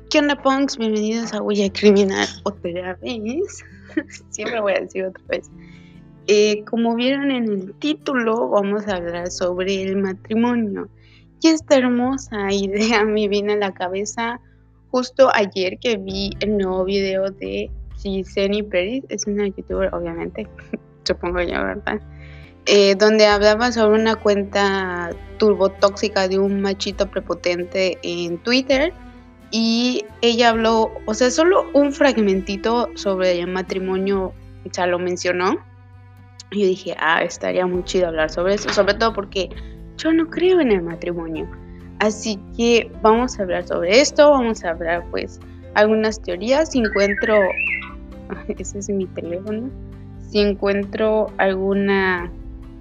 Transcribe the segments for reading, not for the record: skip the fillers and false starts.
¿Qué onda, punks? Bienvenidos a Huella Criminal otra vez. Siempre voy a decir otra vez. Como vieron en el título, vamos a hablar sobre el matrimonio. Y esta hermosa idea me vino a la cabeza justo ayer que vi el nuevo video de Giseni Peris. Es una youtuber, obviamente, supongo yo, ¿verdad? Donde hablaba sobre una cuenta turbotóxica de un machito prepotente en Twitter. Y ella habló, o sea, solo un fragmentito sobre el matrimonio, o sea, lo mencionó. Y yo dije, estaría muy chido hablar sobre eso, sobre todo porque yo no creo en el matrimonio. Así que vamos a hablar sobre esto, vamos a hablar pues algunas teorías. Si encuentro, ese es mi teléfono, si encuentro alguna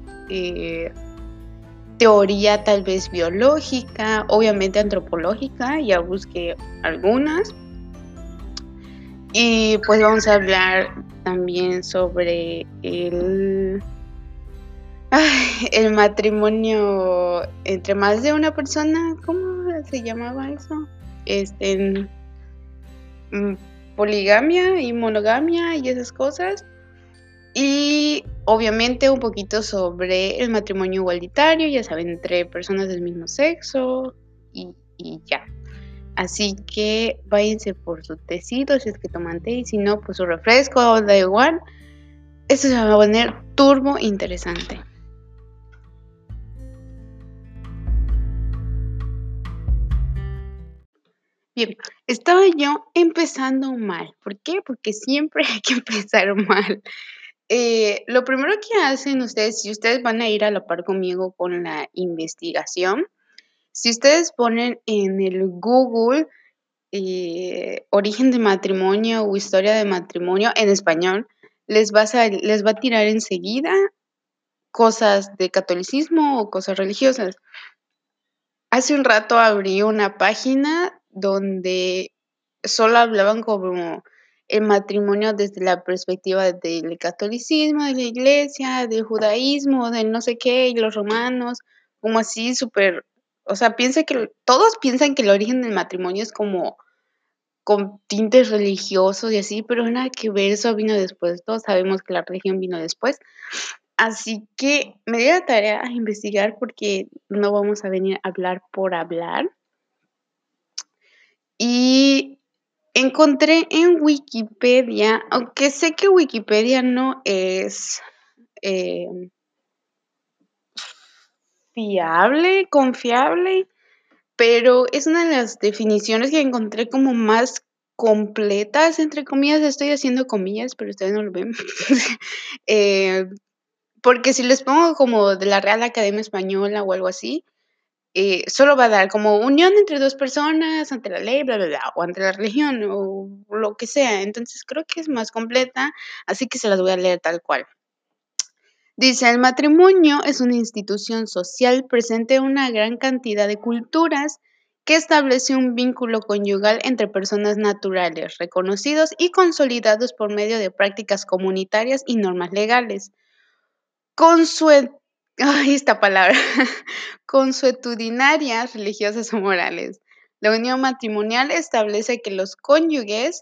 teoría tal vez biológica, obviamente antropológica, ya busqué algunas. Y pues vamos a hablar también sobre el matrimonio entre más de una persona. ¿Cómo se llamaba eso? Poligamia y monogamia y esas cosas. Y obviamente un poquito sobre el matrimonio igualitario, ya saben, entre personas del mismo sexo y ya. Así que váyanse por su tecito si es que toman té, y si no, pues su refresco, da igual. Esto se va a poner turbo interesante. Bien, estaba yo empezando mal. ¿Por qué? Porque siempre hay que empezar mal. Lo primero que hacen ustedes, si ustedes van a ir a la par conmigo con la investigación, si ustedes ponen en el Google origen de matrimonio o historia de matrimonio en español, les va a tirar enseguida cosas de catolicismo o cosas religiosas. Hace un rato abrí una página donde solo hablaban como el matrimonio desde la perspectiva del catolicismo, de la iglesia, del judaísmo, del no sé qué, y los romanos, como así súper, o sea, todos piensan que el origen del matrimonio es como con tintes religiosos y así, pero nada que ver, eso vino después, todos sabemos que la religión vino después. Así que me di la tarea a investigar porque no vamos a venir a hablar por hablar. Y encontré en Wikipedia, aunque sé que Wikipedia no es confiable, pero es una de las definiciones que encontré como más completas, entre comillas. Estoy haciendo comillas, pero ustedes no lo ven. Porque si les pongo como de la Real Academia Española o algo así, solo va a dar como unión entre dos personas ante la ley, bla, bla, bla, o ante la religión, o lo que sea. Entonces creo que es más completa, así que se las voy a leer tal cual. Dice, el matrimonio es una institución social presente en una gran cantidad de culturas que establece un vínculo conyugal entre personas naturales, reconocidos y consolidados por medio de prácticas comunitarias y normas legales. Esta palabra, consuetudinarias, religiosas o morales. La unión matrimonial establece que los cónyuges,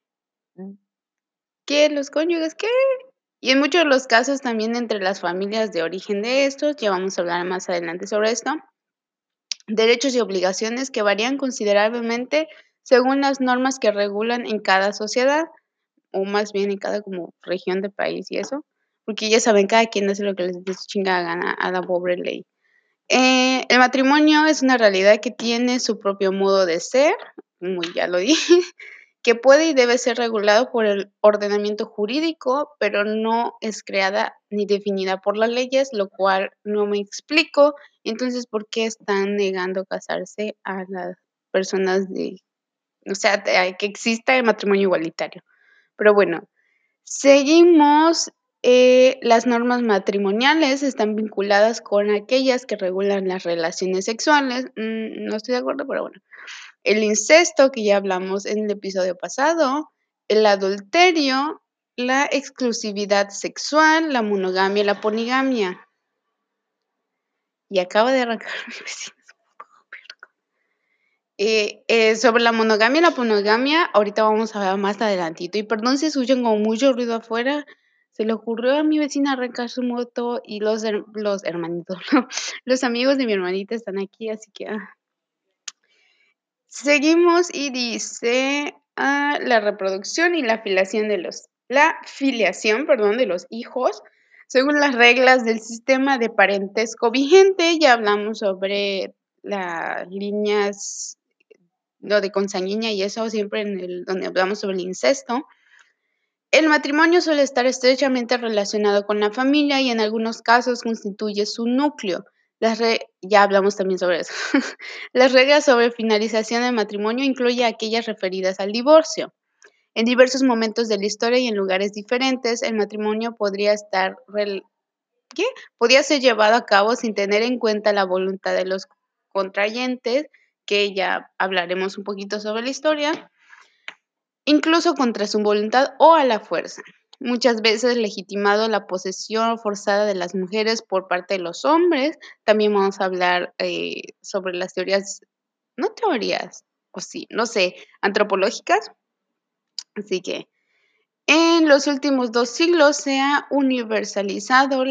¿qué? Y en muchos de los casos también entre las familias de origen de estos, ya vamos a hablar más adelante sobre esto, derechos y obligaciones que varían considerablemente según las normas que regulan en cada sociedad, o más bien en cada como región del país y eso, porque ya saben, cada quien hace lo que les dé su chingada gana a la pobre ley. El matrimonio es una realidad que tiene su propio modo de ser, como ya lo dije, que puede y debe ser regulado por el ordenamiento jurídico, pero no es creada ni definida por las leyes, lo cual no me explico. Entonces, ¿por qué están negando casarse a las personas que exista el matrimonio igualitario? Pero bueno, seguimos. Las normas matrimoniales están vinculadas con aquellas que regulan las relaciones sexuales. No estoy de acuerdo, pero bueno. El incesto, que ya hablamos en el episodio pasado, el adulterio, la exclusividad sexual, la monogamia y la poligamia. Y acaba de arrancar mi vecino. Sobre la monogamia y la poligamia, ahorita vamos a ver más adelantito. Y perdón si escuchan como mucho ruido afuera. Se le ocurrió a mi vecina arrancar su moto y los hermanitos, ¿no? Los amigos de mi hermanita están aquí, así que seguimos y dice la reproducción y la filiación, perdón, de los hijos. Según las reglas del sistema de parentesco vigente, ya hablamos sobre las líneas lo de consanguínea y eso siempre donde hablamos sobre el incesto. El matrimonio suele estar estrechamente relacionado con la familia y en algunos casos constituye su núcleo. Ya hablamos también sobre eso. Las reglas sobre finalización del matrimonio incluyen aquellas referidas al divorcio. En diversos momentos de la historia y en lugares diferentes, el matrimonio podía ser llevado a cabo sin tener en cuenta la voluntad de los contrayentes, que ya hablaremos un poquito sobre la historia, incluso contra su voluntad o a la fuerza. Muchas veces legitimado la posesión forzada de las mujeres por parte de los hombres. También vamos a hablar sobre las teorías, no teorías, o sí, no sé, antropológicas. Así que en los últimos 2 siglos se ha universalizado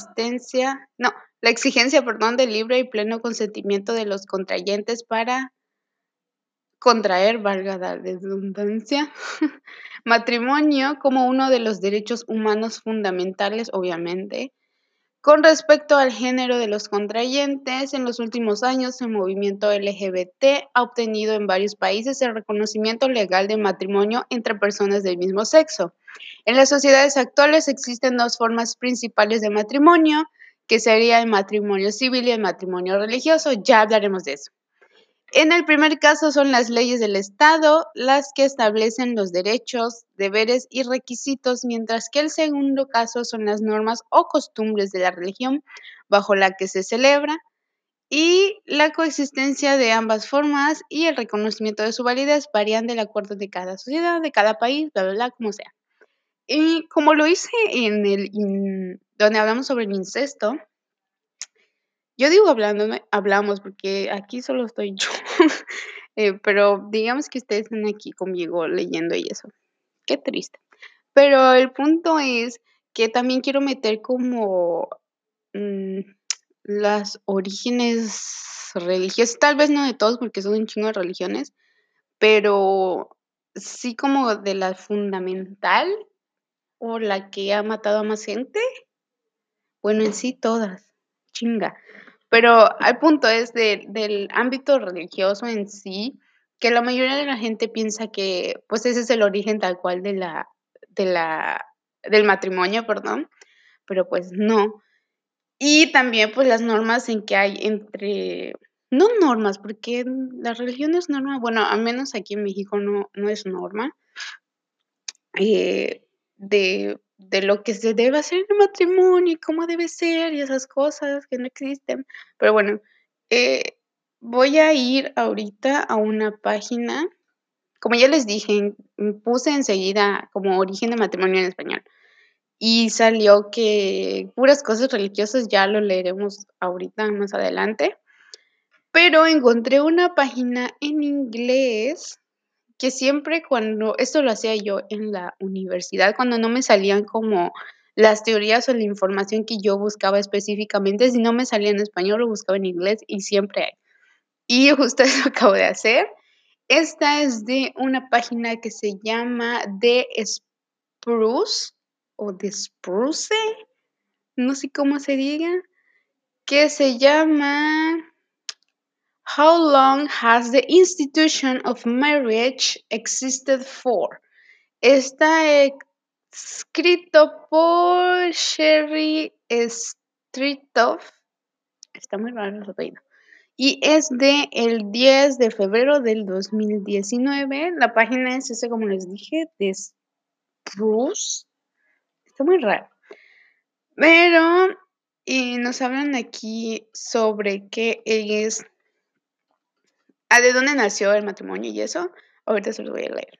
la exigencia, perdón, del libre y pleno consentimiento de los contrayentes para contraer, valga la redundancia, matrimonio como uno de los derechos humanos fundamentales, obviamente. Con respecto al género de los contrayentes, en los últimos años el movimiento LGBT ha obtenido en varios países el reconocimiento legal de matrimonio entre personas del mismo sexo. En las sociedades actuales existen 2 formas principales de matrimonio, que sería el matrimonio civil y el matrimonio religioso. Ya hablaremos de eso. En el primer caso son las leyes del Estado las que establecen los derechos, deberes y requisitos, mientras que el segundo caso son las normas o costumbres de la religión bajo la que se celebra y la coexistencia de ambas formas y el reconocimiento de su validez varían del acuerdo de cada sociedad, de cada país, bla, bla, bla, como sea. Y como lo hice donde hablamos sobre el incesto, yo digo hablamos porque aquí solo estoy yo. Pero digamos que ustedes están aquí conmigo leyendo y eso. Qué triste. Pero el punto es que también quiero meter como mm, las orígenes religiosos, tal vez no de todos porque son un chingo de religiones, pero sí como de la fundamental o la que ha matado a más gente. Bueno, en sí todas, chinga. Pero al punto es del ámbito religioso en sí, que la mayoría de la gente piensa que, pues, ese es el origen tal cual de la del matrimonio, perdón, pero, pues, no. Y también, pues, las normas en que hay entre no normas, porque la religión no es norma, bueno, al menos aquí en México no es norma, de lo que se debe hacer en el matrimonio y cómo debe ser y esas cosas que no existen. Pero bueno, eh, voy a ir ahorita a una página, como ya les dije, puse enseguida como origen de matrimonio en español y salió que puras cosas religiosas, ya lo leeremos ahorita más adelante, pero encontré una página en inglés que siempre cuando esto lo hacía yo en la universidad, cuando no me salían como las teorías o la información que yo buscaba específicamente, si no me salía en español, lo buscaba en inglés y siempre hay. Y justo eso acabo de hacer. Esta es de una página que se llama The Spruce o The Spruce, no sé cómo se diga, que se llama How long has the institution of marriage existed for? Está escrito por Sherry Stritoff, está muy raro el apellido, y es de el 10 de febrero del 2019. La página es esa, como les dije, de Spruce. Está muy raro. Pero nos hablan aquí sobre qué es, de dónde nació el matrimonio y eso. Ahorita se los voy a leer.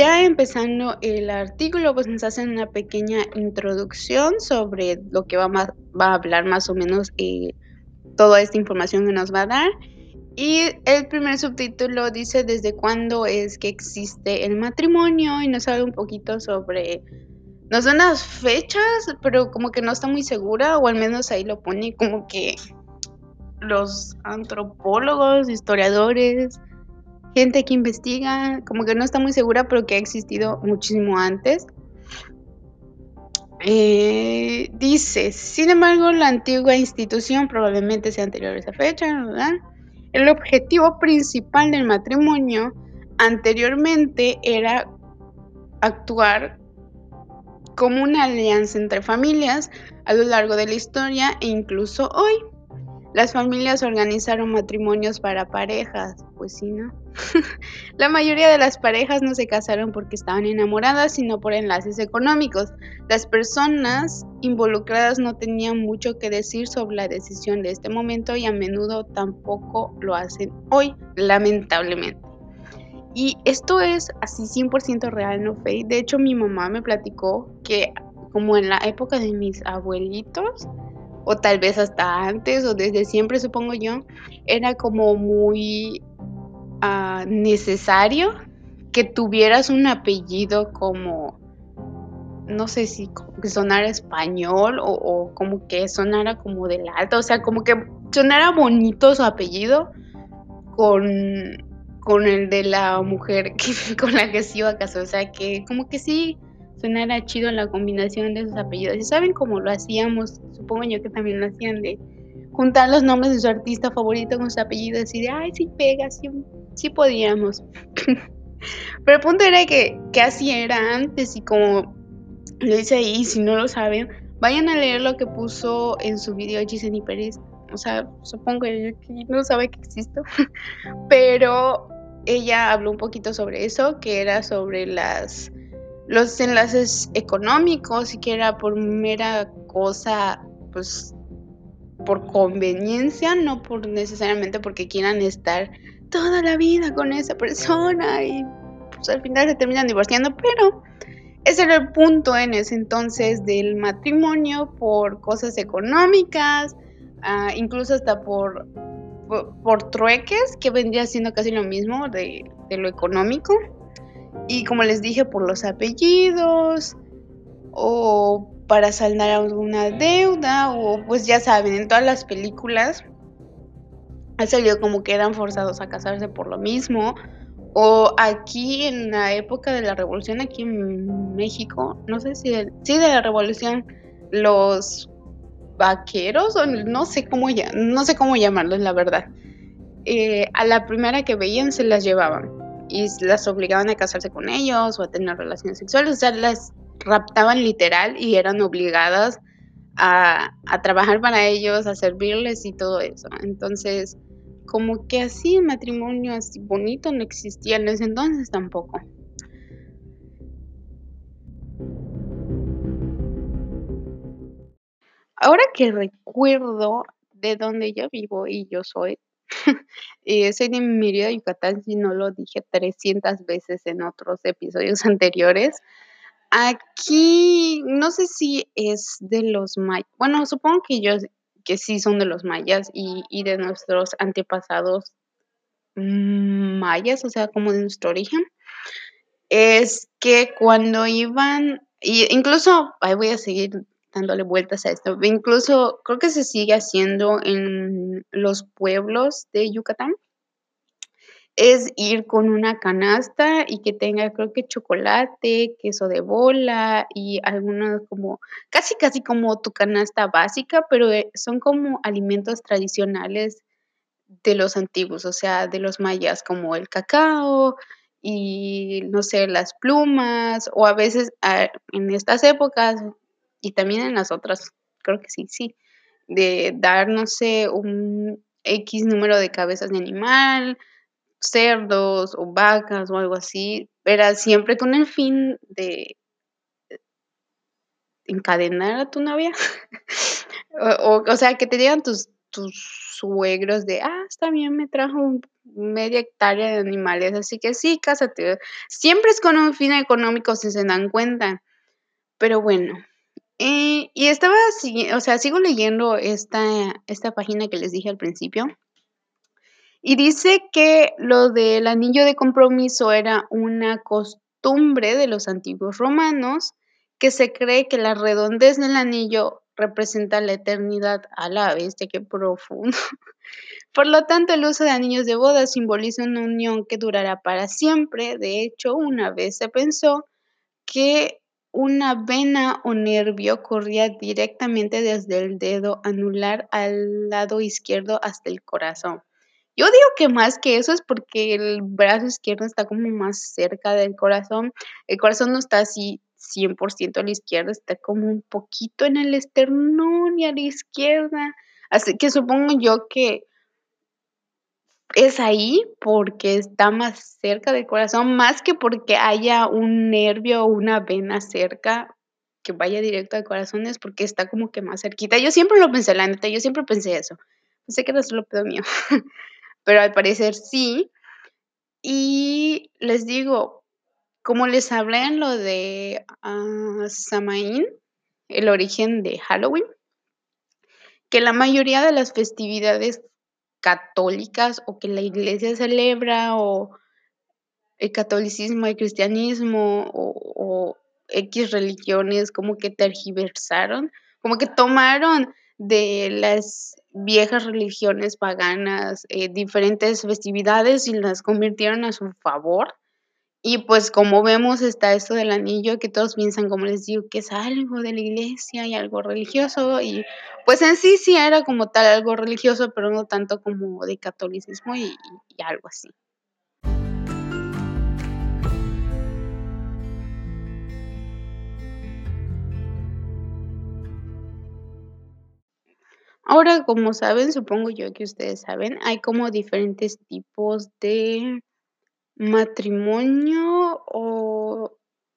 ya empezando el artículo, pues, nos hacen una pequeña introducción sobre lo que va a hablar más o menos, toda esta información que nos va a dar. Y el primer subtítulo dice: "¿Desde cuándo es que existe el matrimonio?", y nos habla un poquito sobre nos da unas fechas, pero como que no está muy segura, o al menos ahí lo pone como que los antropólogos, historiadores, gente que investiga, como que no está muy segura, pero que ha existido muchísimo antes. Dice: "Sin embargo, la antigua institución probablemente sea anterior a esa fecha, ¿verdad? El objetivo principal del matrimonio anteriormente era actuar como una alianza entre familias a lo largo de la historia e incluso hoy. Las familias organizaron matrimonios para parejas", pues sí, ¿no? La mayoría de las parejas no se casaron porque estaban enamoradas, sino por enlaces económicos. Las personas involucradas no tenían mucho que decir sobre la decisión de este momento y a menudo tampoco lo hacen hoy, lamentablemente. Y esto es así 100% real, no fake. De hecho, mi mamá me platicó que como en la época de mis abuelitos, o tal vez hasta antes, o desde siempre, supongo yo, era como muy necesario que tuvieras un apellido como, no sé si como que sonara español o como que sonara como del alto, o sea, como que sonara bonito su apellido con con el de la mujer que con la que se iba a casar, o sea, que como que sí sonara chido la combinación de esos apellidos. ¿Y saben cómo lo hacíamos? Supongo yo que también lo hacían de juntar los nombres de su artista favorito con su apellido, así de: "Ay, sí pega, sí podíamos". Pero el punto era que así era antes y como lo dice ahí, si no lo saben, vayan a leer lo que puso en su video Giselle Pérez. O sea, supongo yo que no sabe que existo, pero ella habló un poquito sobre eso, que era sobre los enlaces económicos y que era por mera cosa, pues, por conveniencia, no por necesariamente porque quieran estar toda la vida con esa persona y, pues, al final se terminan divorciando, pero ese era el punto en ese entonces del matrimonio, por cosas económicas, incluso hasta por trueques, que vendría siendo casi lo mismo de lo económico. Y como les dije, por los apellidos, o para saldar alguna deuda, o pues ya saben, en todas las películas ha salido como que eran forzados a casarse por lo mismo, o aquí en la época de la revolución aquí en México, no sé si sí, de la revolución, los vaqueros, o no sé cómo llamarlos, la verdad. A la primera que veían se las llevaban, y las obligaban a casarse con ellos, o a tener relaciones sexuales, o sea, las raptaban literal y eran obligadas a trabajar para ellos, a servirles y todo eso. Entonces, como que así el matrimonio así bonito no existía en ese entonces tampoco. Ahora que recuerdo de donde yo vivo y yo soy, soy de Mérida, Yucatán, si no lo dije 300 veces en otros episodios anteriores. Aquí no sé si es de los bueno, supongo que sí son de los mayas y de nuestros antepasados, mayas, o sea, como de nuestro origen. Es que cuando iban y incluso, ahí voy a seguir dándole vueltas a esto, incluso creo que se sigue haciendo en los pueblos de Yucatán, es ir con una canasta y que tenga, creo que chocolate, queso de bola y algunos como casi, casi como tu canasta básica, pero, son como alimentos tradicionales de los antiguos, o sea, de los mayas, como el cacao y, no sé, las plumas, o a veces, en estas épocas, y también en las otras, creo que sí, sí, de dar, no sé, un x número de cabezas de animal, cerdos o vacas o algo así, era siempre con el fin de encadenar a tu novia, o sea, que te dieran tus suegros de: "Ah, está bien, me trajo media hectárea de animales, así que sí, cásate". Siempre es con un fin económico, si se dan cuenta. Pero bueno, y estaba o sea, sigo leyendo esta página que les dije al principio, y dice que lo del anillo de compromiso era una costumbre de los antiguos romanos, que se cree que la redondez del anillo representa la eternidad. A la bestia, qué profundo. Por lo tanto, el uso de anillos de boda simboliza una unión que durará para siempre. De hecho, una vez se pensó que una vena o nervio corría directamente desde el dedo anular al lado izquierdo hasta el corazón. Yo digo que más que eso es porque el brazo izquierdo está como más cerca del corazón. El corazón no está así 100% a la izquierda, está como un poquito en el esternón y a la izquierda. Así que supongo yo que es ahí porque está más cerca del corazón, más que porque haya un nervio o una vena cerca que vaya directo al corazón, es porque está como que más cerquita. Yo siempre lo pensé, la neta, yo siempre pensé eso. Pensé que era solo pedo mío, pero al parecer sí. Y les digo, como les hablé en lo de, Samaín, el origen de Halloween, que la mayoría de las festividades católicas o que la iglesia celebra o el catolicismo, el cristianismo o equis religiones como que tergiversaron, como que tomaron de las viejas religiones paganas, diferentes festividades y las convirtieron a su favor. Y, pues, como vemos, está esto del anillo que todos piensan, como les digo, que es algo de la iglesia y algo religioso, y, pues, en sí, sí era como tal algo religioso, pero no tanto como de catolicismo y algo así. Ahora, como saben, supongo yo que ustedes saben, hay como diferentes tipos de matrimonio o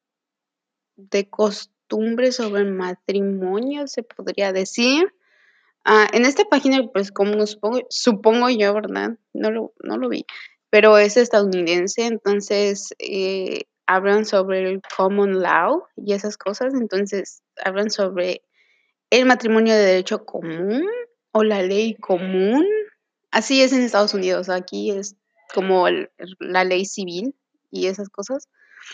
de costumbres sobre el matrimonio, se podría decir. En esta página, pues, como supongo yo, ¿verdad? No lo vi, pero es estadounidense, entonces, hablan sobre el common law y esas cosas, entonces, hablan sobre el matrimonio de derecho común o la ley común. Así es en Estados Unidos, aquí es como la ley civil y esas cosas.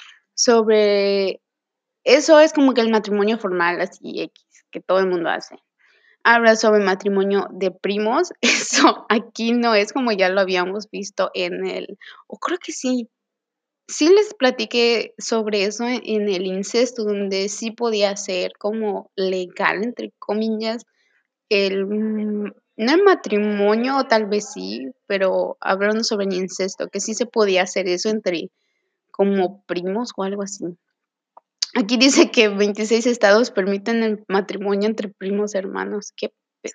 Sobre eso es como que el matrimonio formal, así equis, que todo el mundo hace. Habla sobre matrimonio de primos, eso aquí no es como ya lo habíamos visto en o creo que sí, sí les platiqué sobre eso en el incesto, donde sí podía ser como legal, entre comillas, no el matrimonio, o tal vez sí, pero hablando sobre el incesto, que sí se podía hacer eso entre como primos o algo así. Aquí dice que 26 estados permiten el matrimonio entre primos hermanos, qué pedo.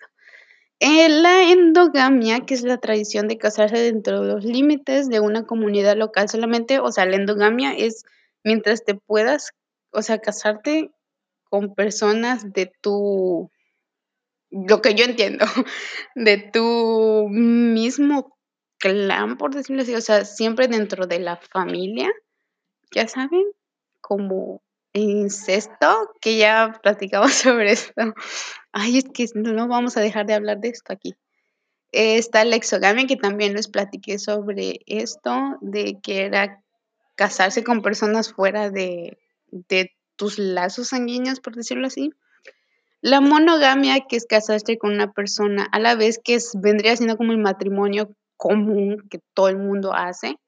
La endogamia, que es la tradición de casarse dentro de los límites de una comunidad local solamente, o sea, la endogamia es mientras te puedas, o sea, casarte con personas de tu lo que yo entiendo, de tu mismo clan, por decirlo así, o sea, siempre dentro de la familia, ¿ya saben? Como incesto, que ya platicamos sobre esto. Ay, es que no vamos a dejar de hablar de esto aquí. Está la exogamia, que también les platiqué sobre esto, de que era casarse con personas fuera de tus lazos sanguíneos, por decirlo así. La monogamia, que es casarse con una persona a la vez, vendría siendo como el matrimonio común que todo el mundo hace.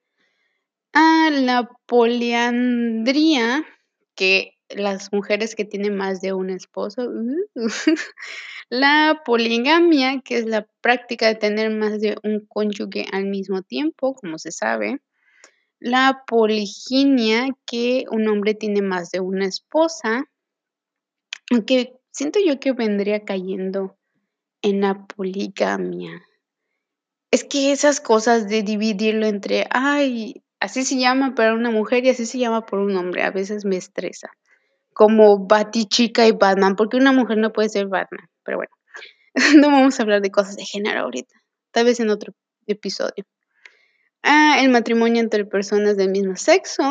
La poliandría, que las mujeres que tienen más de un esposo. La poligamia, que es la práctica de tener más de un cónyuge al mismo tiempo, como se sabe. La poliginia, que un hombre tiene más de una esposa, aunque siento yo que vendría cayendo en la poligamia. Es que esas cosas de dividirlo entre, ay, así se llama para una mujer y así se llama por un hombre, a veces me estresa. Como Batichica y Batman, porque una mujer no puede ser Batman, pero bueno. No vamos a hablar de cosas de género ahorita, tal vez en otro episodio. El matrimonio entre personas del mismo sexo,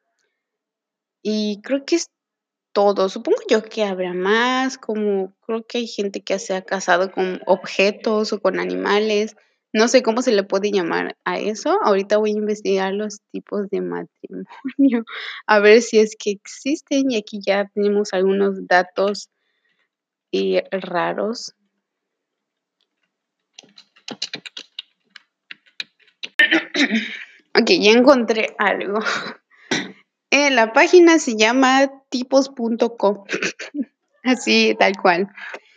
y creo que es todo. Supongo yo que habrá más, como creo que hay gente que se ha casado con objetos o con animales. No sé cómo se le puede llamar a eso. Ahorita voy a investigar los tipos de matrimonio, a ver si es que existen, y aquí ya tenemos algunos datos, raros. Okey, ya encontré algo. La página se llama tipos.com, así tal cual.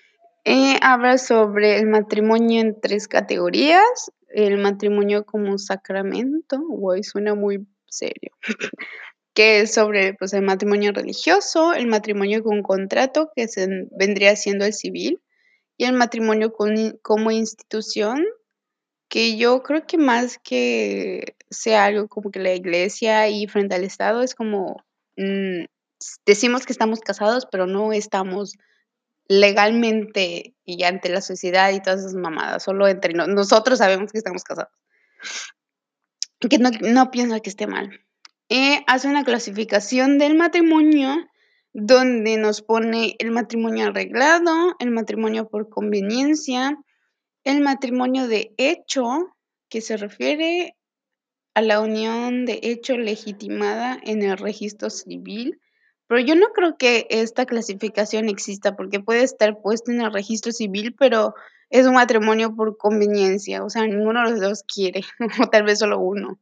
Habla sobre el matrimonio en 3 categorías, el matrimonio como sacramento, guay, suena muy serio, que es sobre, pues, el matrimonio religioso, el matrimonio con contrato, que vendría siendo el civil, y el matrimonio como institución, que yo creo que más que sea algo como que la iglesia y frente al Estado es como, decimos que estamos casados, pero no estamos legalmente y ante la sociedad y todas esas mamadas, solo entre nosotros sabemos que estamos casados. Que no pienso que esté mal. Hace una clasificación del matrimonio donde nos pone el matrimonio arreglado, el matrimonio por conveniencia, el matrimonio de hecho, que se refiere a la unión de hecho legitimada en el registro civil, pero yo no creo que esta clasificación exista, porque puede estar puesto en el registro civil, pero es un matrimonio por conveniencia, o sea, ninguno de los 2 quiere, o tal vez solo uno.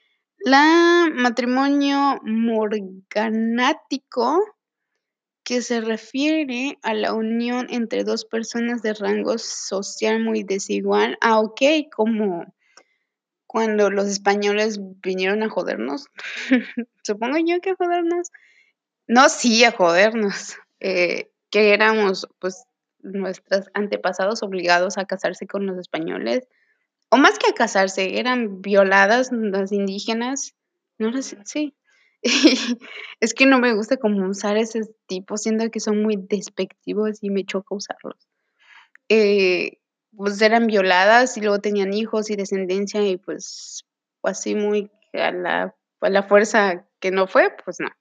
La matrimonio morganático, que se refiere a la unión entre 2 personas de rango social muy desigual. Okey, como cuando los españoles vinieron a jodernos, supongo yo que a jodernos. No, sí, a jodernos, que éramos, pues, nuestros antepasados obligados a casarse con los españoles, o más que a casarse, eran violadas las indígenas, no las sí. Es que no me gusta como usar ese tipo, siento que son muy despectivos y me choca usarlos. Eh, pues, eran violadas y luego tenían hijos y descendencia y, pues, así muy a la fuerza que no fue, pues no.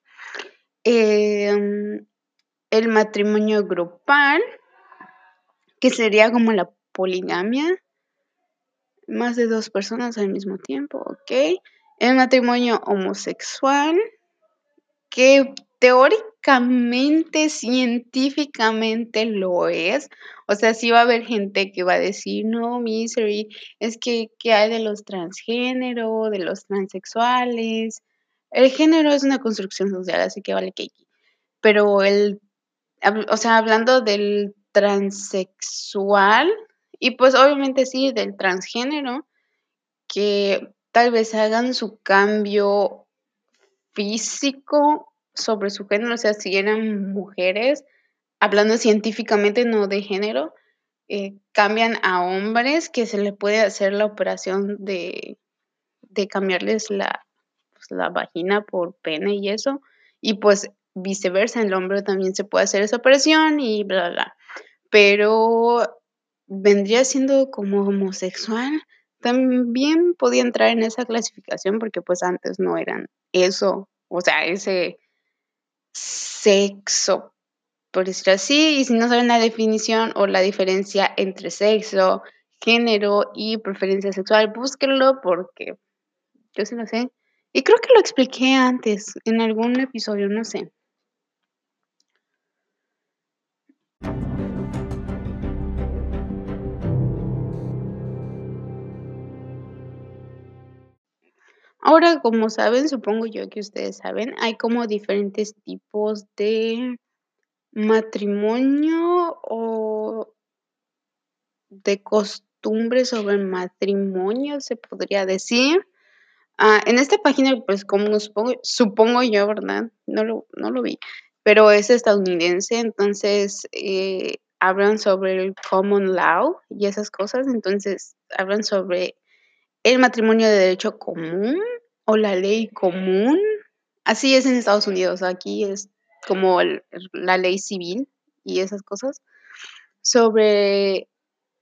Em, el matrimonio grupal, que sería como la poligamia, más de 2 personas al mismo tiempo, ¿okey? El matrimonio homosexual, que teóricamente, científicamente lo es. O sea, sí va a haber gente que va a decir: "No, Misery, es que, ¿qué hay de los transgénero, de los transexuales?". El género es una construcción social, así que vale keiki. Pero o sea, hablando del transexual y, pues, obviamente sí, del transgénero, que tal vez hagan su cambio físico sobre su género, o sea, si eran mujeres, hablando científicamente, no de género, cambian a hombres, que se le puede hacer la operación de cambiarles pues, la vagina por pene y eso, y, pues, viceversa, el hombre también se puede hacer esa operación y bla, bla, bla. Pero vendría siendo como homosexual, también podía entrar en esa clasificación porque, pues, antes no eran eso, o sea, ese sexo, por decirlo así, y si no saben la definición o la diferencia entre sexo, género y preferencia sexual, búsquenlo porque yo sí lo sé. Y creo que lo expliqué antes en algún episodio, no sé. Ahora, como saben, supongo yo que ustedes saben, hay como diferentes tipos de matrimonio o de costumbres sobre el matrimonio, se podría decir. En esta página, pues, como supongo yo, ¿verdad? No lo vi, pero es estadounidense, entonces, hablan sobre el common law y esas cosas, entonces, hablan sobre el matrimonio de derecho común o la ley común. Así es en Estados Unidos, aquí es como la ley civil y esas cosas. Sobre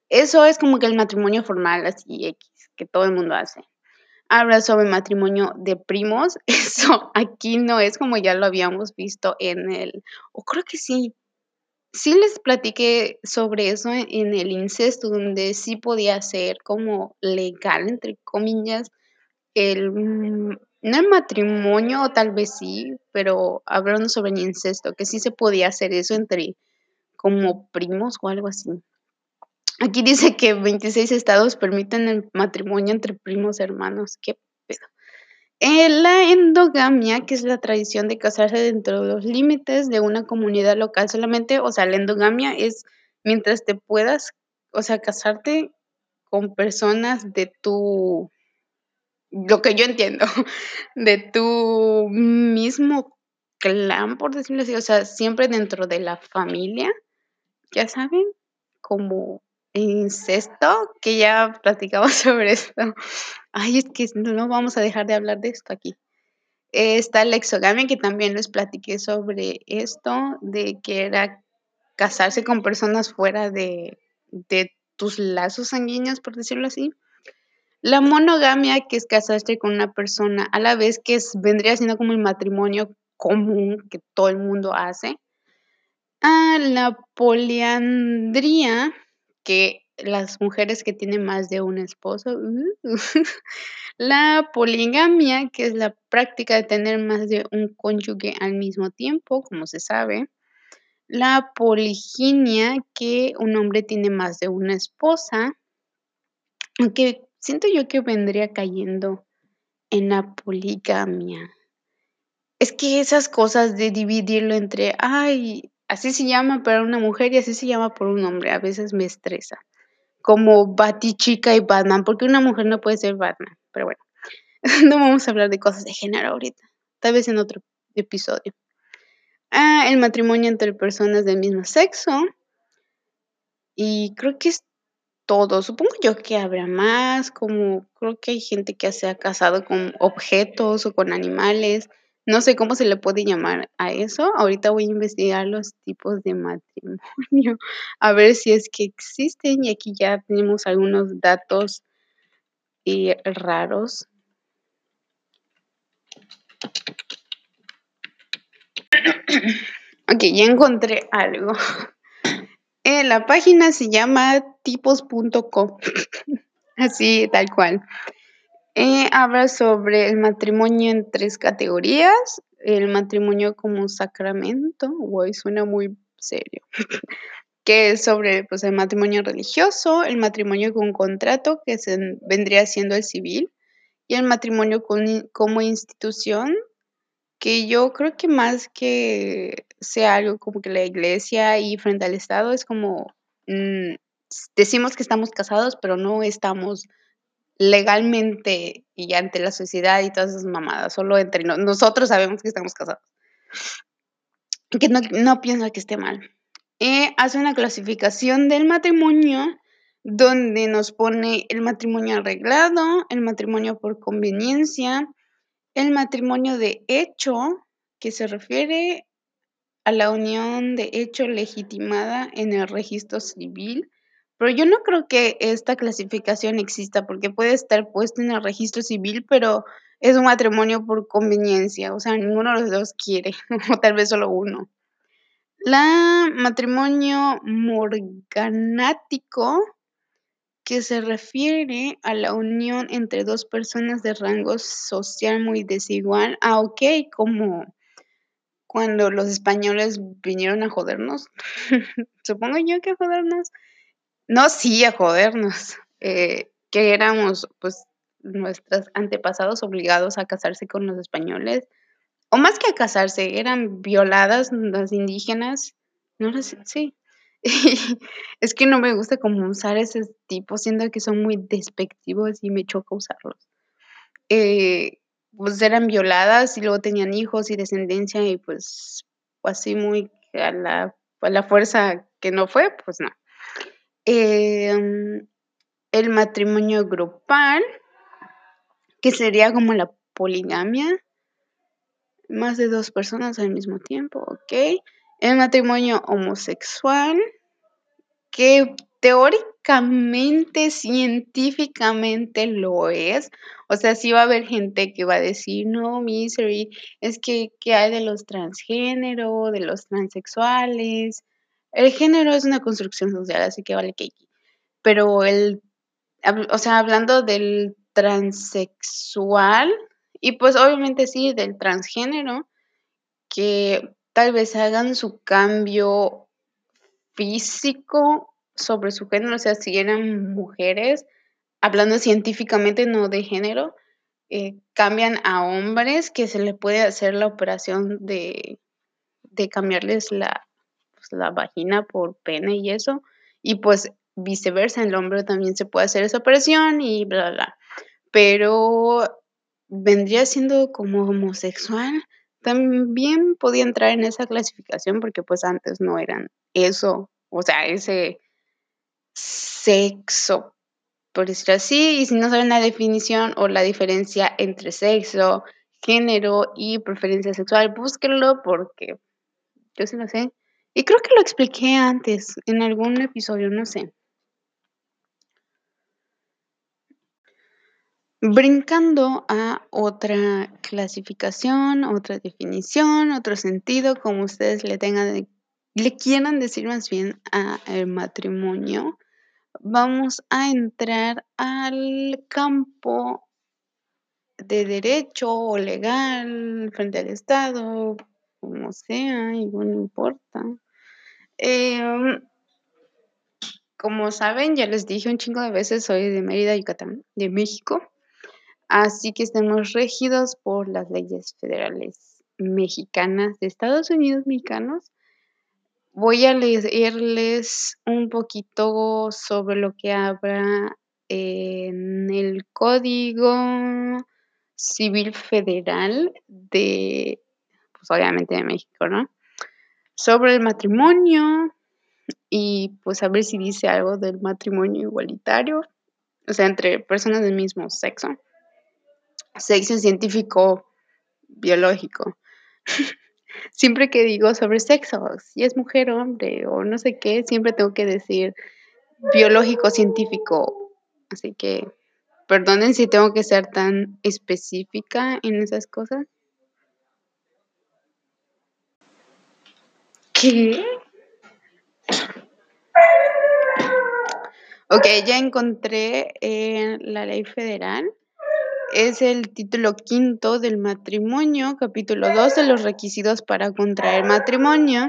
Eso es como que el matrimonio formal, así X, que todo el mundo hace. Habla sobre matrimonio de primos, eso aquí no es como ya lo habíamos visto en el o creo que sí. Sí les platiqué sobre eso en el incesto, donde sí podía ser como legal, entre comillas, no el matrimonio, o tal vez sí, pero hablando sobre el incesto, que sí se podía hacer eso entre como primos o algo así. Aquí dice que 26 estados permiten el matrimonio entre primos hermanos, qué pedo. La endogamia, que es la tradición de casarse dentro de los límites de una comunidad local solamente, o sea, la endogamia es mientras te puedas, o sea, casarte con personas de tu lo que yo entiendo, de tu mismo clan, por decirlo así, o sea, siempre dentro de la familia, ya saben, como incesto, que ya platicamos sobre esto. Ay, es que no vamos a dejar de hablar de esto aquí. Está la exogamia, que también les platiqué sobre esto, de que era casarse con personas fuera de tus lazos sanguíneos, por decirlo así. La monogamia, que es casarse con una persona a la vez, que vendría siendo como el matrimonio común que todo el mundo hace. La poliandría, que las mujeres que tienen más de un esposo. La poligamia, que es la práctica de tener más de un cónyuge al mismo tiempo, como se sabe. La poliginia, que un hombre tiene más de una esposa, aunque siento yo que vendría cayendo en la poligamia. Es que esas cosas de dividirlo entre, ay, así se llama para una mujer y así se llama por un hombre, a veces me estresa. Como Batichica y Batman, porque una mujer no puede ser Batman, pero bueno. No vamos a hablar de cosas de género ahorita, tal vez en otro episodio. El matrimonio entre personas del mismo sexo, y creo que es todo. Supongo yo que habrá más, como creo que hay gente que se ha casado con objetos o con animales. No sé cómo se le puede llamar a eso. Ahorita voy a investigar los tipos de matrimonio, a ver si es que existen, y aquí ya tenemos algunos datos raros. Ok, ya encontré algo. La página se llama tipos.com, así tal cual. Habla sobre el matrimonio en 3 categorías, el matrimonio como sacramento, guay, suena muy serio, que es sobre, pues, el matrimonio religioso, el matrimonio con contrato, que vendría siendo el civil, y el matrimonio como institución, que yo creo que más que sea algo como que la iglesia y frente al Estado es como, mm, decimos que estamos casados, pero no estamos legalmente y ante la sociedad y todas esas mamadas, solo entre nosotros sabemos que estamos casados. Que no pienso que esté mal. Hace una clasificación del matrimonio donde nos pone el matrimonio arreglado, el matrimonio por conveniencia, el matrimonio de hecho, que se refiere a la unión de hecho legitimada en el registro civil, pero yo no creo que esta clasificación exista, porque puede estar puesto en el registro civil, pero es un matrimonio por conveniencia, o sea, ninguno de los 2 quiere, o tal vez solo uno. La matrimonio morganático, que se refiere a la unión entre 2 personas de rango social muy desigual. Okey, como cuando los españoles vinieron a jodernos. Supongo yo que a jodernos. No, sí, a jodernos. Que éramos, pues, nuestros antepasados obligados a casarse con los españoles, o más que a casarse, eran violadas las indígenas. No lo sé, sí. Es que no me gusta como usar ese tipo, siento que son muy despectivos y me choca usarlos. Eh, pues eran violadas y luego tenían hijos y descendencia y pues así muy a la fuerza que no fue, pues no. Em, el matrimonio grupal, que sería como la poligamia, más de 2 personas al mismo tiempo, ¿ok? El matrimonio homosexual, que biológicamente, científicamente lo es. O sea, sí va a haber gente que va a decir: "No, Misery, es que, ¿qué hay de los transgénero, de los transexuales?". El género es una construcción social, así que vale keiki. Pero o sea, hablando del transexual y, pues, obviamente sí, del transgénero, que tal vez hagan su cambio físico sobre su género, o sea, si eran mujeres, hablando científicamente, no de género, cambian a hombres, que se le puede hacer la operación de cambiarles la vagina por pene y eso, y, pues, viceversa, el hombre también se puede hacer esa operación y bla, bla, bla. Pero vendría siendo como homosexual, también podía entrar en esa clasificación porque, pues, antes no eran eso, o sea, ese sexo, por decirlo así, y si no saben la definición o la diferencia entre sexo, género y preferencia sexual, búsquenlo porque yo sí lo sé. Y creo que lo expliqué antes en algún episodio, no sé. Brincando a otra clasificación, otra definición, otro sentido, como ustedes le quieran decir más bien a el matrimonio, vamos a entrar al campo de derecho o legal frente al Estado, como sea, igual no importa. Em, como saben, ya les dije un chingo de veces, soy de Mérida, Yucatán, de México. Así que estamos regidos por las leyes federales mexicanas de Estados Unidos mexicanos. Voy a leerles un poquito sobre lo que habla en el Código Civil Federal de, pues, obviamente de México, ¿no? Sobre el matrimonio y, pues, a ver si dice algo del matrimonio igualitario, o sea, entre personas del mismo sexo científico biológico. Siempre que digo sobre sexo, si es mujer o hombre o no sé qué, siempre tengo que decir biológico científico. Así que perdonen si tengo que ser tan específica en esas cosas. ¿Qué? Okey, ya encontré, la ley federal. Es el título quinto del matrimonio, capítulo 2 de los requisitos para contraer matrimonio.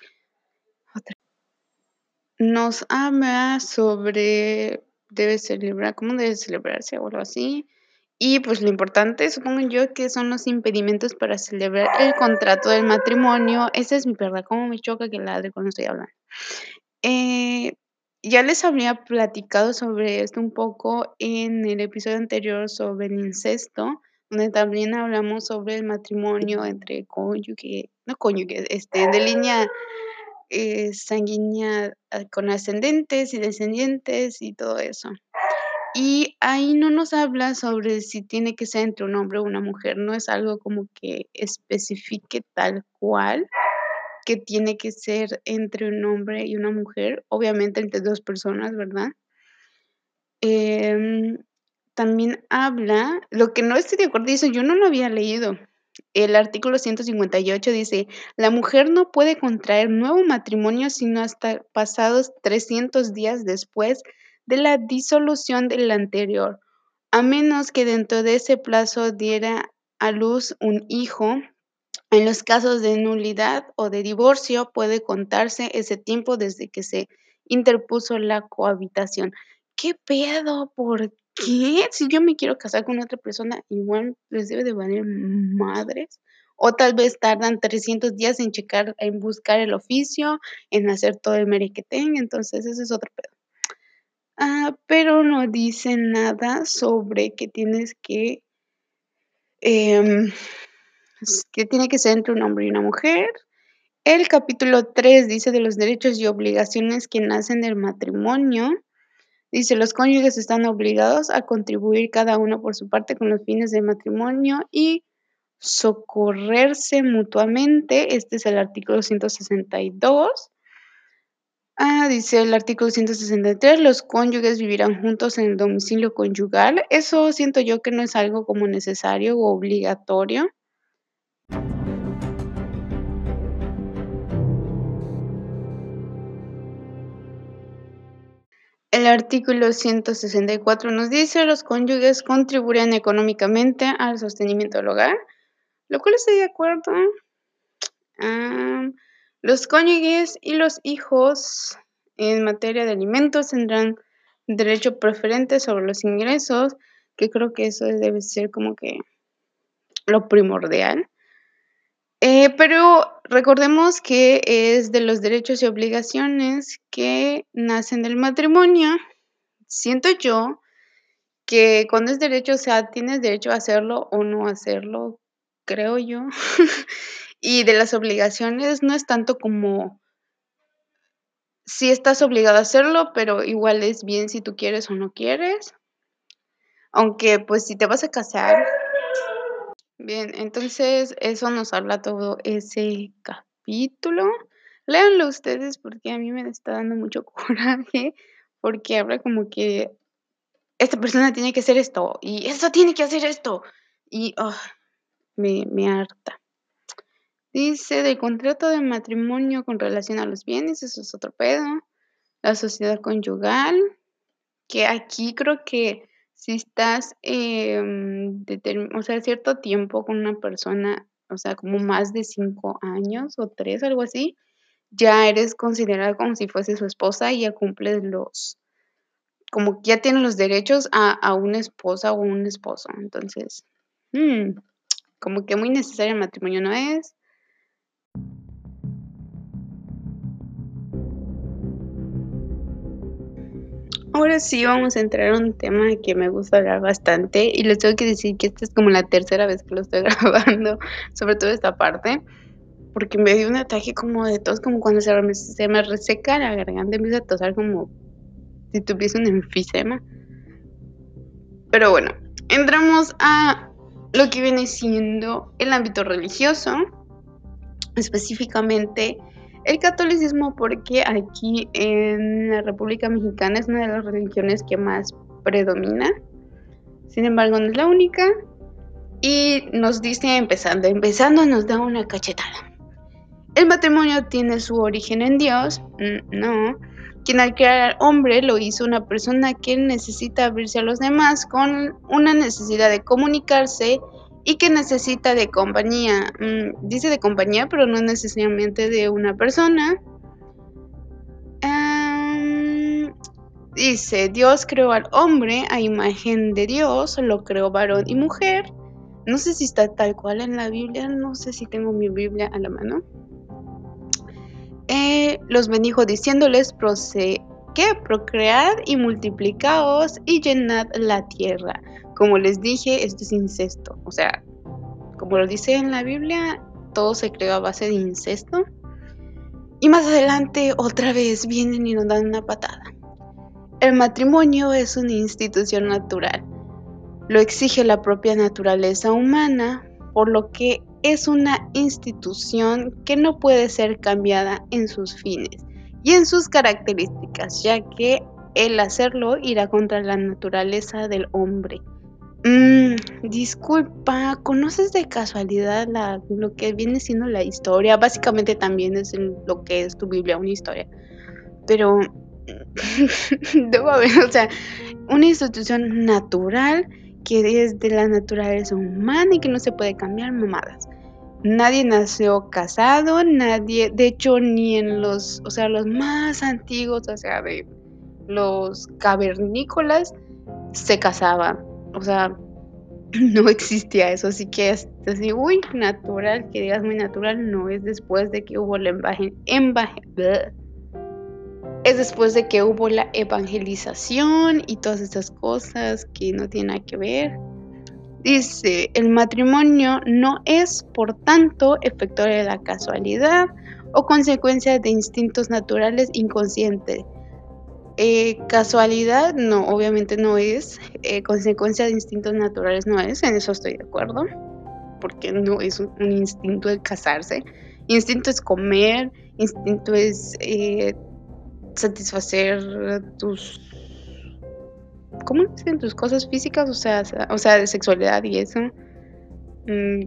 Nos habla sobre cómo debe celebrarse o algo así. Y, pues, lo importante, supongo yo, que son los impedimentos para celebrar el contrato del matrimonio. Esa es mi perra, cómo me choca que ladre cuando estoy hablando. Eh, ya les había platicado sobre esto un poco en el episodio anterior sobre el incesto, donde también hablamos sobre el matrimonio entre no cónyuges, de línea sanguínea, con ascendentes y descendientes y todo eso. Y ahí no nos habla sobre si tiene que ser entre un hombre o una mujer, no es algo como que especifique tal cual que tiene que ser entre un hombre y una mujer, obviamente entre 2 personas, ¿verdad? Em, también habla lo que no estoy de acuerdo, dice, yo no lo había leído. El artículo 158 dice: "La mujer no puede contraer nuevo matrimonio sino hasta pasados 300 días después de la disolución del anterior, a menos que dentro de ese plazo diera a luz un hijo. En los casos de nulidad o de divorcio, puede contarse ese tiempo desde que se interpuso la cohabitación". ¿Qué pedo? ¿Por qué? Si yo me quiero casar con otra persona, igual les debe de valer madres, o tal vez tardan 300 días en checar, en buscar el oficio, en hacer todo el merequetén, entonces ese es otro pedo. Pero no dice nada sobre que tienes em, que tiene que ser entre un hombre y una mujer. El capítulo 3 dice de los derechos y obligaciones que nacen del matrimonio. Dice: "Los cónyuges están obligados a contribuir cada uno por su parte con los fines del matrimonio y socorrerse mutuamente". Este es el artículo 162. Dice el artículo 163, los cónyuges vivirán juntos en el domicilio conyugal. Eso siento yo que no es algo como necesario o obligatorio. El artículo 164 nos dice, los cónyuges contribuirán económicamente al sostenimiento del hogar, lo cual estoy de acuerdo. Los cónyuges y los hijos en materia de alimentos tendrán derecho preferente sobre los ingresos, que creo que eso debe ser como que lo primordial. Pero recordemos que es de los derechos y obligaciones que nacen del matrimonio. Siento yo que cuando es derecho, o sea, tienes derecho a hacerlo o no hacerlo, creo yo. Y de las obligaciones no es tanto como si estás obligado a hacerlo, pero igual es bien si tú quieres o no quieres. Aunque, pues, si te vas a casar bien, entonces eso nos habla todo ese capítulo. Léanlo ustedes porque a mí me está dando mucho coraje, porque habla como que esta persona tiene que hacer esto y esta tiene que hacer esto y, me harta. Dice: "Del contrato de matrimonio con relación a los bienes", eso es otro pedo. La sociedad conyugal, que aquí creo que si estás, o sea, cierto tiempo con una persona, o sea, como más de 5 años o 3 algo así, ya eres considerada como si fuese su esposa y ya cumples los como que ya tienes los derechos a una esposa o un esposo. Entonces, mm, como que muy necesario el matrimonio no es. Ahora sí vamos a entrar a un tema que me gusta hablar bastante, y les tengo que decir que esta es como la tercera vez que lo estoy grabando, sobre todo esta parte, porque me dio un ataque como de tos, como cuando se me reseca la garganta, empieza a toser como si tuviese un enfisema. Pero bueno, entramos a lo que viene siendo el ámbito religioso, específicamente el catolicismo, porque aquí en la República Mexicana es una de las religiones que más predomina. Sin embargo, no es la única. Y nos dice, empezando nos da una cachetada. El matrimonio tiene su origen en Dios. No. Quien al crear al hombre lo hizo una persona que necesita abrirse a los demás con una necesidad de comunicarse y que necesita de compañía. Dice de compañía, pero no necesariamente de una persona. Dice, Dios creó al hombre a imagen de Dios, lo creó varón y mujer. No sé si está tal cual en la Biblia, no sé si tengo mi Biblia a la mano. Los bendijo diciéndoles, procread y multiplicaos y llenad la tierra. Como les dije, esto es incesto. O sea, como lo dice en la Biblia, todo se creó a base de incesto. Y más adelante, otra vez, vienen y nos dan una patada. El matrimonio es una institución natural. Lo exige la propia naturaleza humana, por lo que es una institución que no puede ser cambiada en sus fines y en sus características, ya que el hacerlo irá contra la naturaleza del hombre. Disculpa, ¿conoces de casualidad lo que viene siendo la historia? Básicamente también es lo que es tu Biblia, una historia, pero debo haber, o sea, una institución natural que es de la naturaleza humana y que no se puede cambiar, mamadas. Nadie nació casado, nadie, de hecho, ni en los, o sea, los más antiguos, o sea, de los cavernícolas, se casaban. O sea, no existía eso, así que es así, natural, que digas muy natural, no es después de que hubo es después de que hubo la evangelización y todas estas cosas que no tienen nada que ver. Dice, el matrimonio no es, por tanto, efecto de la casualidad o consecuencia de instintos naturales inconscientes. Casualidad, no, obviamente no es. Consecuencia de instintos naturales no es, en eso estoy de acuerdo, porque no es un instinto el casarse. Instinto es comer, instinto es satisfacer tus, ¿cómo dicen? Tus cosas físicas, o sea, de sexualidad y eso. Mm,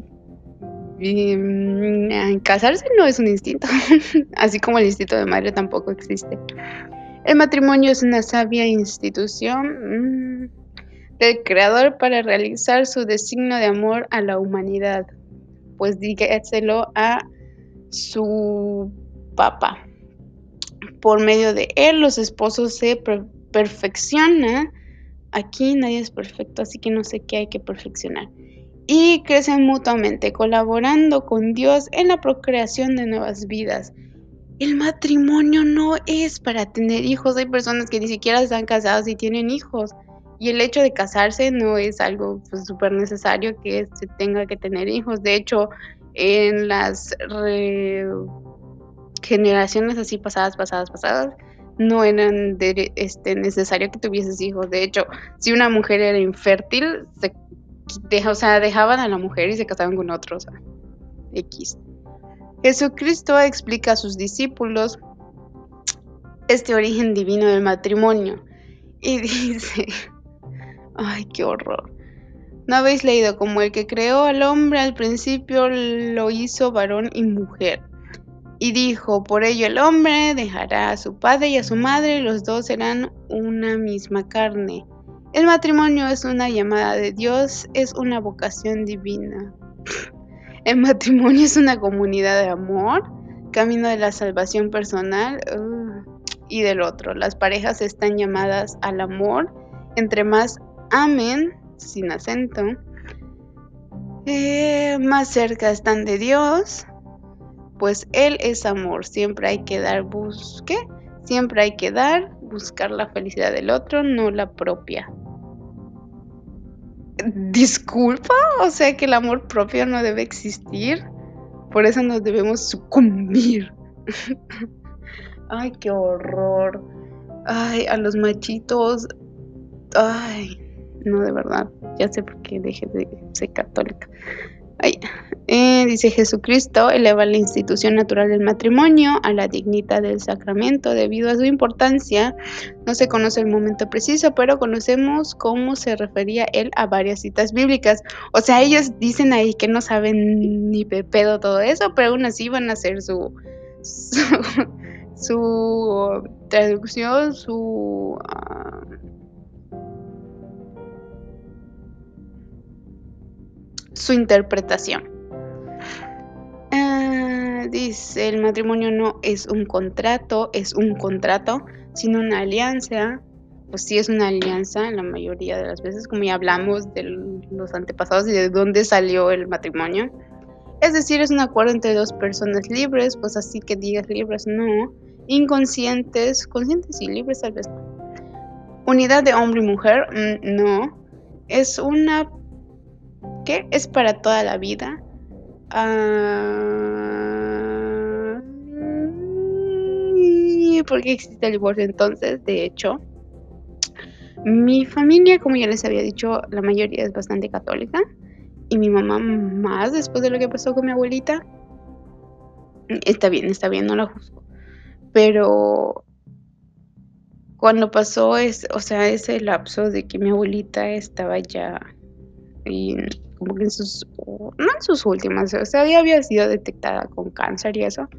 casarse no es un instinto, así como el instinto de madre tampoco existe. El matrimonio es una sabia institución del Creador para realizar su designio de amor a la humanidad, pues dígaselo a su Papa. Por medio de él, los esposos se perfeccionan. Aquí nadie es perfecto, así que no sé qué hay que perfeccionar. Y crecen mutuamente, colaborando con Dios en la procreación de nuevas vidas. El matrimonio no es para tener hijos. Hay personas que ni siquiera están casadas y tienen hijos. Y el hecho de casarse no es algo pues, súper necesario que se tenga que tener hijos. De hecho, en las generaciones así pasadas, no eran necesario que tuvieses hijos. De hecho, si una mujer era infértil, dejaban a la mujer y se casaban con otros. X. Jesucristo explica a sus discípulos este origen divino del matrimonio y dice, ay, qué horror. ¿No habéis leído? Como el que creó al hombre al principio lo hizo varón y mujer. Y dijo, por ello el hombre dejará a su padre y a su madre, y los dos serán una misma carne. El matrimonio es una llamada de Dios, es una vocación divina. El matrimonio es una comunidad de amor, camino de la salvación personal y del otro. Las parejas están llamadas al amor. Entre más amen, sin acento, más cerca están de Dios, pues Él es amor. Siempre hay que dar, siempre hay que dar, buscar la felicidad del otro, no la propia. Disculpa, o sea que el amor propio no debe existir. Por eso nos debemos sucumbir. Ay, qué horror. Ay, a los machitos. Ay, no, de verdad. Ya sé por qué dejé de ser católica. Ay, dice Jesucristo eleva la institución natural del matrimonio a la dignidad del sacramento. Debido a su importancia, no se conoce el momento preciso, pero conocemos cómo se refería él a varias citas bíblicas. O sea, ellos dicen ahí que no saben ni de pedo todo eso, pero aún así van a hacer su traducción, su interpretación. Dice, el matrimonio no es un contrato, sino una alianza. Pues sí es una alianza la mayoría de las veces, como ya hablamos de los antepasados y de dónde salió el matrimonio. Es decir, es un acuerdo entre dos personas libres, pues así que digas libres, no. Inconscientes, conscientes y libres tal vez no. Unidad de hombre y mujer, no. Es una... ¿Qué? Es para toda la vida. ¿Por qué existe el divorcio entonces? De hecho, mi familia, como ya les había dicho, la mayoría es bastante católica. Y mi mamá más después de lo que pasó con mi abuelita. Está bien, no la juzgo. Pero cuando pasó ese lapso de que mi abuelita estaba ya como que no en sus últimas, o sea, ya había sido detectada con cáncer y eso.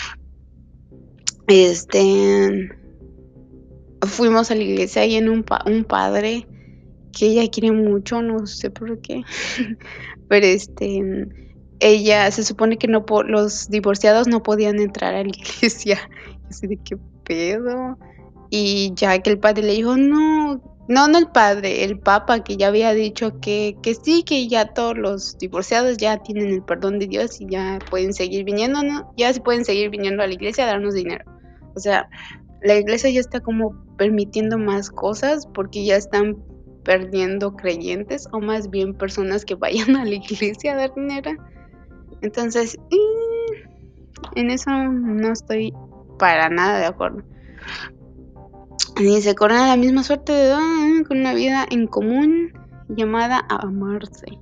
Fuimos a la iglesia y en un padre que ella quiere mucho, no sé por qué, pero ella se supone que los divorciados no podían entrar a la iglesia. Así de qué pedo. Y ya que el padre le dijo, no el padre, el papa, que ya había dicho que sí, que ya todos los divorciados ya tienen el perdón de Dios y ya pueden seguir viniendo, ¿no? Ya se pueden seguir viniendo a la iglesia a darnos dinero. O sea, la iglesia ya está como permitiendo más cosas porque ya están perdiendo creyentes o más bien personas que vayan a la iglesia a dar dinero. Entonces, en eso no estoy para nada de acuerdo. Dice, corona la misma suerte con una vida en común llamada a amarse.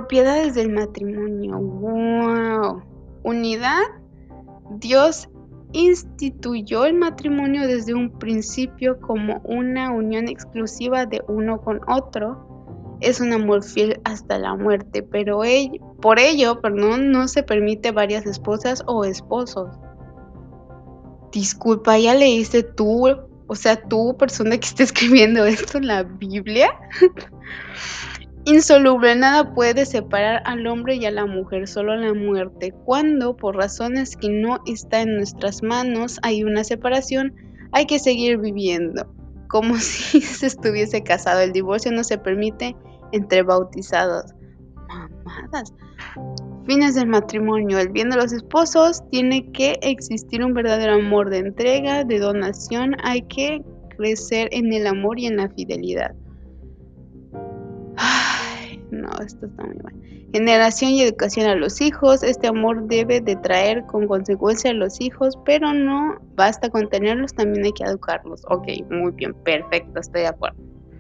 Propiedades del matrimonio. Wow. Unidad. Dios instituyó el matrimonio desde un principio como una unión exclusiva de uno con otro. Es un amor fiel hasta la muerte, pero por ello, perdón, no se permite varias esposas o esposos. Disculpa, ¿ya leíste tú, o sea, tú, persona que está escribiendo esto en la Biblia? Insoluble, nada puede separar al hombre y a la mujer, solo la muerte. Cuando, por razones que no está en nuestras manos, hay una separación, hay que seguir viviendo, como si se estuviese casado. El divorcio no se permite entre bautizados. Mamadas. Fines del matrimonio. El bien de los esposos tiene que existir un verdadero amor de entrega, de donación. Hay que crecer en el amor y en la fidelidad. Ay, no, esto está muy mal. Generación y educación a los hijos. Este amor debe de traer con consecuencia a los hijos, pero no basta con tenerlos, también hay que educarlos. Ok, muy bien, perfecto, estoy de acuerdo.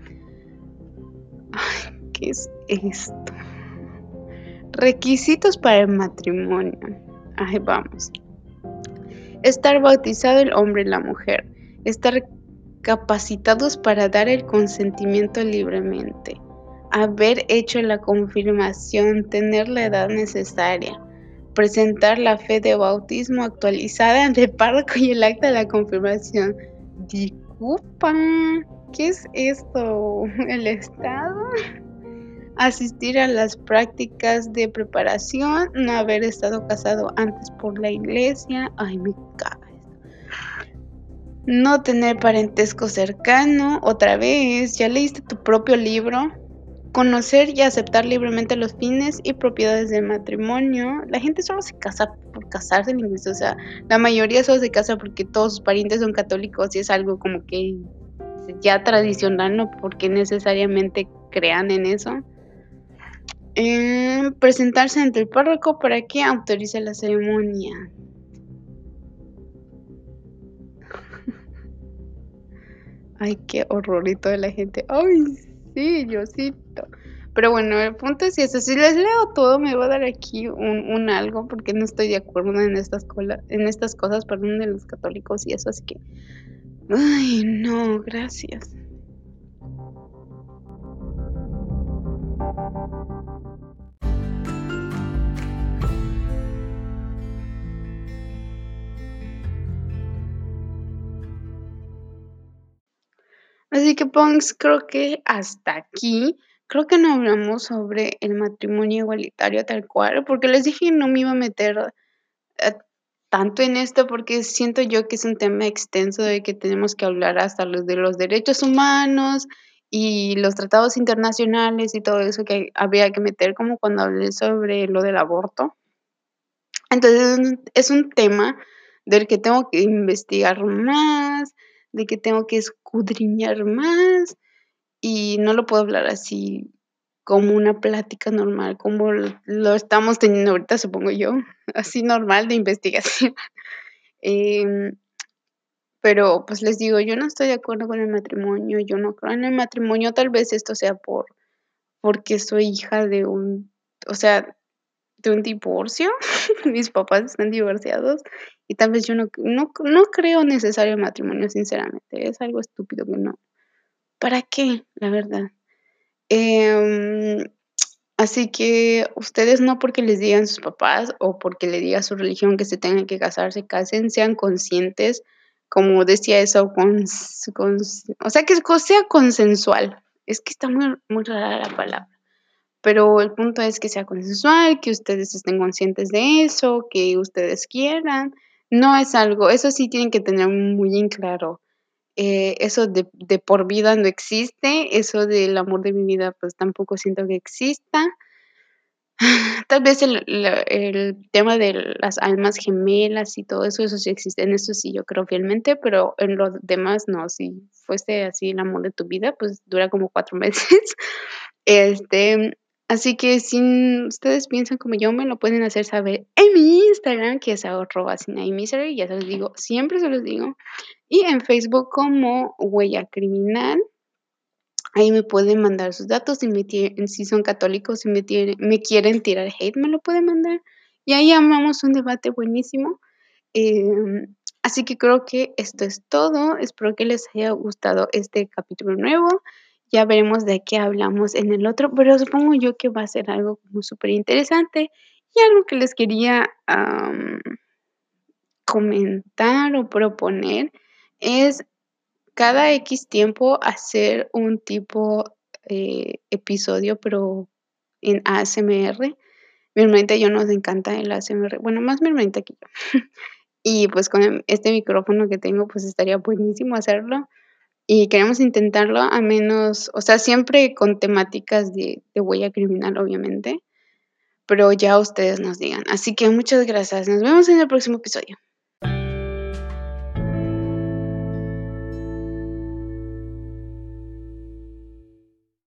Ay, ¿qué es esto? Requisitos para el matrimonio. Ahí vamos. Estar bautizado el hombre y la mujer. Estar capacitados para dar el consentimiento libremente. Haber hecho la confirmación, tener la edad necesaria. Presentar la fe de bautismo actualizada ante el párroco y el acta de la confirmación. Disculpa, ¿qué es esto? ¿El Estado? Asistir a las prácticas de preparación, no haber estado casado antes por la iglesia. Ay, me caga esto. No tener parentesco cercano. Otra vez, ¿ya leíste tu propio libro? Conocer y aceptar libremente los fines y propiedades del matrimonio. La gente solo se casa por casarse, o sea, la mayoría solo se casa porque todos sus parientes son católicos y es algo como que ya tradicional, no porque necesariamente crean en eso. Presentarse ante el párroco para que autorice la ceremonia. Ay, qué horrorito de la gente. Ay, sí, Diosito. Pero bueno, el punto es eso. Si les leo todo, me va a dar aquí un algo, porque no estoy de acuerdo en estas cosas, perdón, de los católicos y eso, así que. Ay, no, gracias. Así que, Punks, creo que hasta aquí. Creo que no hablamos sobre el matrimonio igualitario tal cual, porque les dije no me iba a meter tanto en esto, porque siento yo que es un tema extenso de que tenemos que hablar hasta de los derechos humanos y los tratados internacionales y todo eso que habría que meter, como cuando hablé sobre lo del aborto. Entonces, es un tema del que tengo que investigar más, de que tengo que escudriñar más, y no lo puedo hablar así como una plática normal, como lo estamos teniendo ahorita, supongo yo, así normal de investigación. Em, pero, pues, les digo, yo no estoy de acuerdo con el matrimonio, yo no creo en el matrimonio, tal vez esto sea porque soy hija de o sea, de un divorcio, mis papás están divorciados, y tal vez yo no creo necesario el matrimonio, sinceramente, es algo estúpido que no. ¿Para qué? La verdad. Em, Así que ustedes no porque les digan sus papás o porque le diga su religión que se tengan que casar, se casen, sean conscientes, como decía eso, o sea, que sea consensual. Es que está muy rara la palabra, pero el punto es que sea consensual, que ustedes estén conscientes de eso, que ustedes quieran. No es algo, eso sí tienen que tener muy en claro. Eso de por vida no existe, eso del amor de mi vida, pues tampoco siento que exista. Tal vez el tema de las almas gemelas y todo eso, eso sí existe, en eso sí yo creo fielmente, pero en lo demás no. Si fuese así el amor de tu vida, pues dura como 4 meses. Este, así que si ustedes piensan como yo, me lo pueden hacer saber en mi Instagram, que es @SinaíMisery, ya se los digo, siempre se los digo, y en Facebook como Huella Criminal. Ahí me pueden mandar sus datos, si son católicos, si me quieren tirar hate, me lo pueden mandar. Y ahí armamos un debate buenísimo. Em, Así que creo que esto es todo. Espero que les haya gustado este capítulo nuevo. Ya veremos de qué hablamos en el otro, pero supongo yo que va a ser algo como súper interesante y algo que les quería, comentar o proponer es cada X tiempo hacer un tipo, episodio, pero en ASMR. Mi hermanita y yo nos encanta el ASMR, bueno, más mi hermanita que yo. Y, pues, con este micrófono que tengo, pues, estaría buenísimo hacerlo, y queremos intentarlo a menos o sea, siempre con temáticas de huella criminal, obviamente, pero ya ustedes nos digan. Así que muchas gracias. Nos vemos en el próximo episodio.